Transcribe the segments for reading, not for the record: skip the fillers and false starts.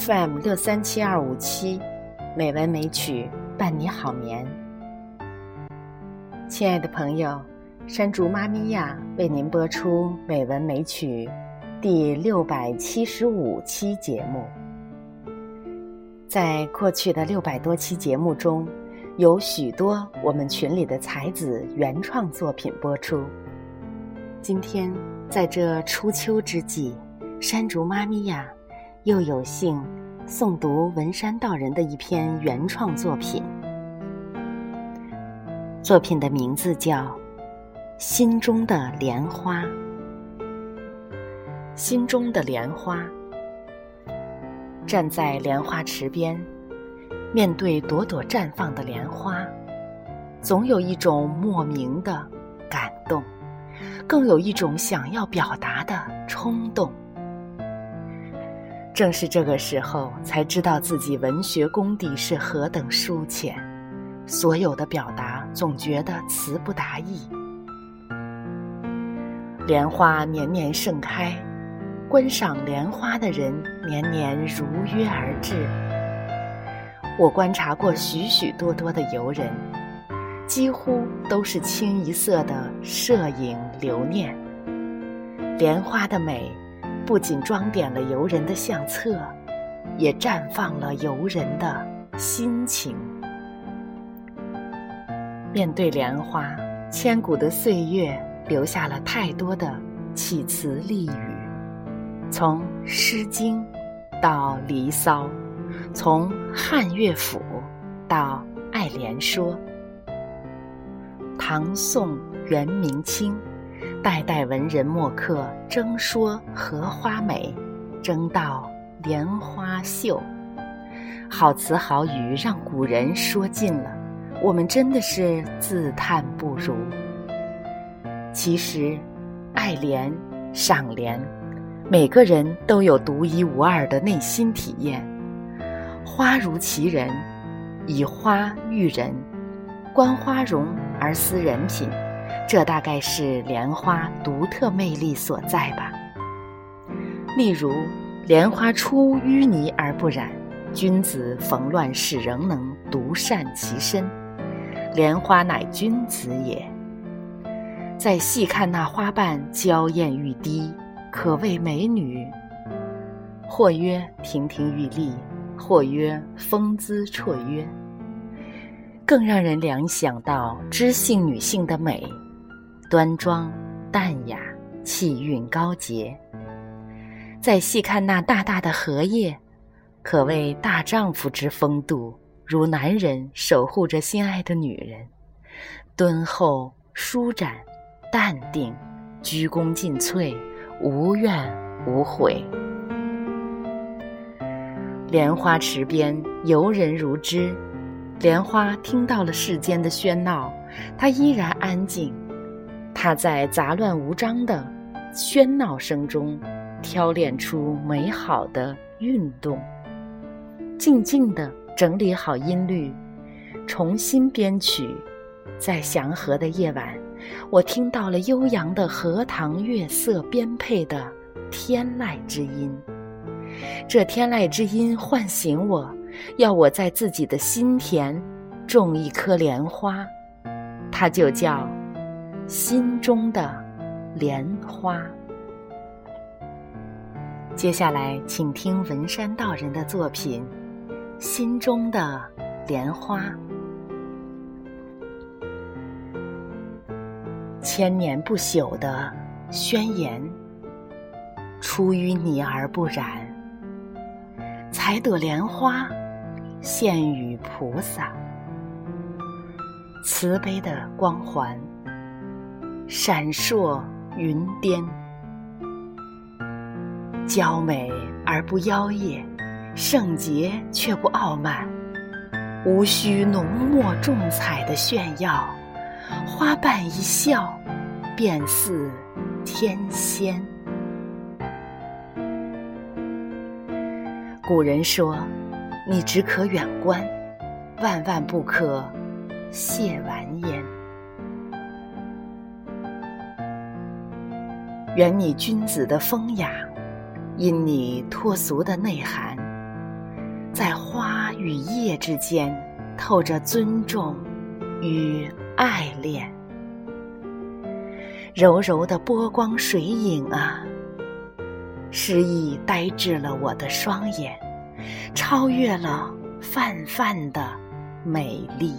FM637257，美文美曲伴你好眠。亲爱的朋友，山竹妈咪呀为您播出美文美曲第675期节目。在过去的600多期节目中，有许多我们群里的才子原创作品播出。今天在这初秋之际，山竹妈咪呀又有幸诵读文山道人的一篇原创作品。作品的名字叫《心中的莲花》。心中的莲花，站在莲花池边，面对朵朵绽放的莲花，总有一种莫名的感动，更有一种想要表达的冲动。正是这个时候，才知道自己文学功底是何等疏浅，所有的表达总觉得词不达意。莲花年年盛开，观赏莲花的人年年如约而至。我观察过许许多多的游人，几乎都是清一色的摄影留念。莲花的美不仅装点了游人的相册，也绽放了游人的心情。面对莲花，千古的岁月留下了太多的起词丽语，从《诗经》到《离骚》，从汉乐府到爱莲说。唐宋元明清，代代文人墨客争说荷花美，争道莲花秀。好词好语让古人说尽了，我们真的是自叹不如。其实爱莲赏莲，每个人都有独一无二的内心体验。花如其人，以花喻人，观花容而思人品，这大概是莲花独特魅力所在吧。例如，莲花出淤泥而不染，君子逢乱世仍能独善其身，莲花乃君子也。再细看那花瓣娇艳欲滴，可谓美女，或曰亭亭玉立，或曰风姿绰约，更让人联想到知性女性的美，端庄淡雅，气韵高洁。再细看那大大的荷叶，可谓大丈夫之风度，如男人守护着心爱的女人，敦厚舒展，淡定，鞠躬尽瘁，无怨无悔。莲花池边游人如织，莲花听到了世间的喧闹，它依然安静。它在杂乱无章的喧闹声中挑炼出美好的韵动，静静地整理好音律，重新编曲。在祥和的夜晚，我听到了悠扬的荷塘月色编配的天籁之音。这天籁之音唤醒我，要我在自己的心田种一颗莲花，它就叫心中的莲花。接下来请听文山道人的作品《心中的莲花》。千年不朽的宣言，出淤泥而不染，采朵莲花献与菩萨。慈悲的光环闪烁云巅，娇美而不妖艳，圣洁却不傲慢，无需浓墨重彩的炫耀，花瓣一笑便似天仙。古人说，你只可远观，万万不可亵玩焉。愿你君子的风雅，因你脱俗的内涵， 在花与叶之间透着尊重与爱恋。柔柔的波光水影啊，诗意呆滞了我的双眼，超越了泛泛的美丽。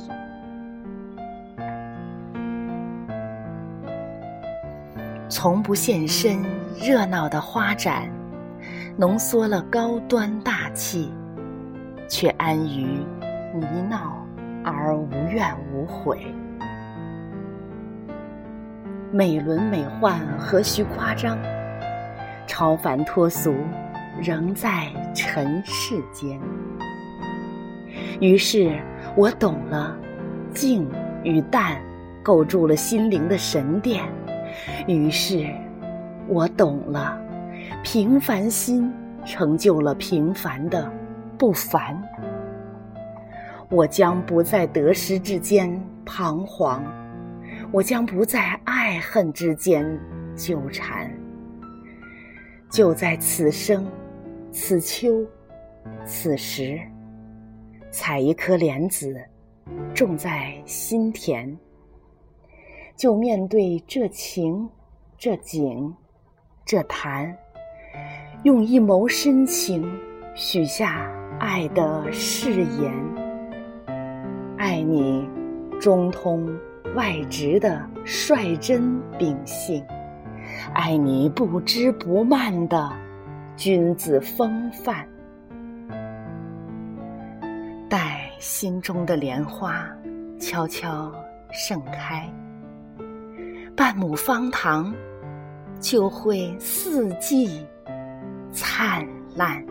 从不现身热闹的花展，浓缩了高端大气，却安于泥淖而无怨无悔。美轮美奂何须夸张，超凡脱俗仍在尘世间。于是我懂了，静与淡构筑了心灵的神殿。于是我懂了，平凡心成就了平凡的不凡。我将不在得失之间彷徨，我将不在爱恨之间纠缠。就在此生此秋此时，采一颗莲子种在心田，就面对这情这景这潭，用一眸深情许下爱的誓言。爱你中通外直的率真秉性，爱你不知不慢的君子风范。待心中的莲花悄悄盛开，半亩方塘就会四季灿烂。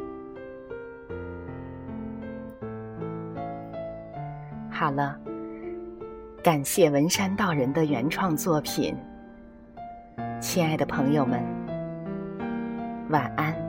好了，感谢文山道人的原创作品。亲爱的朋友们，晚安。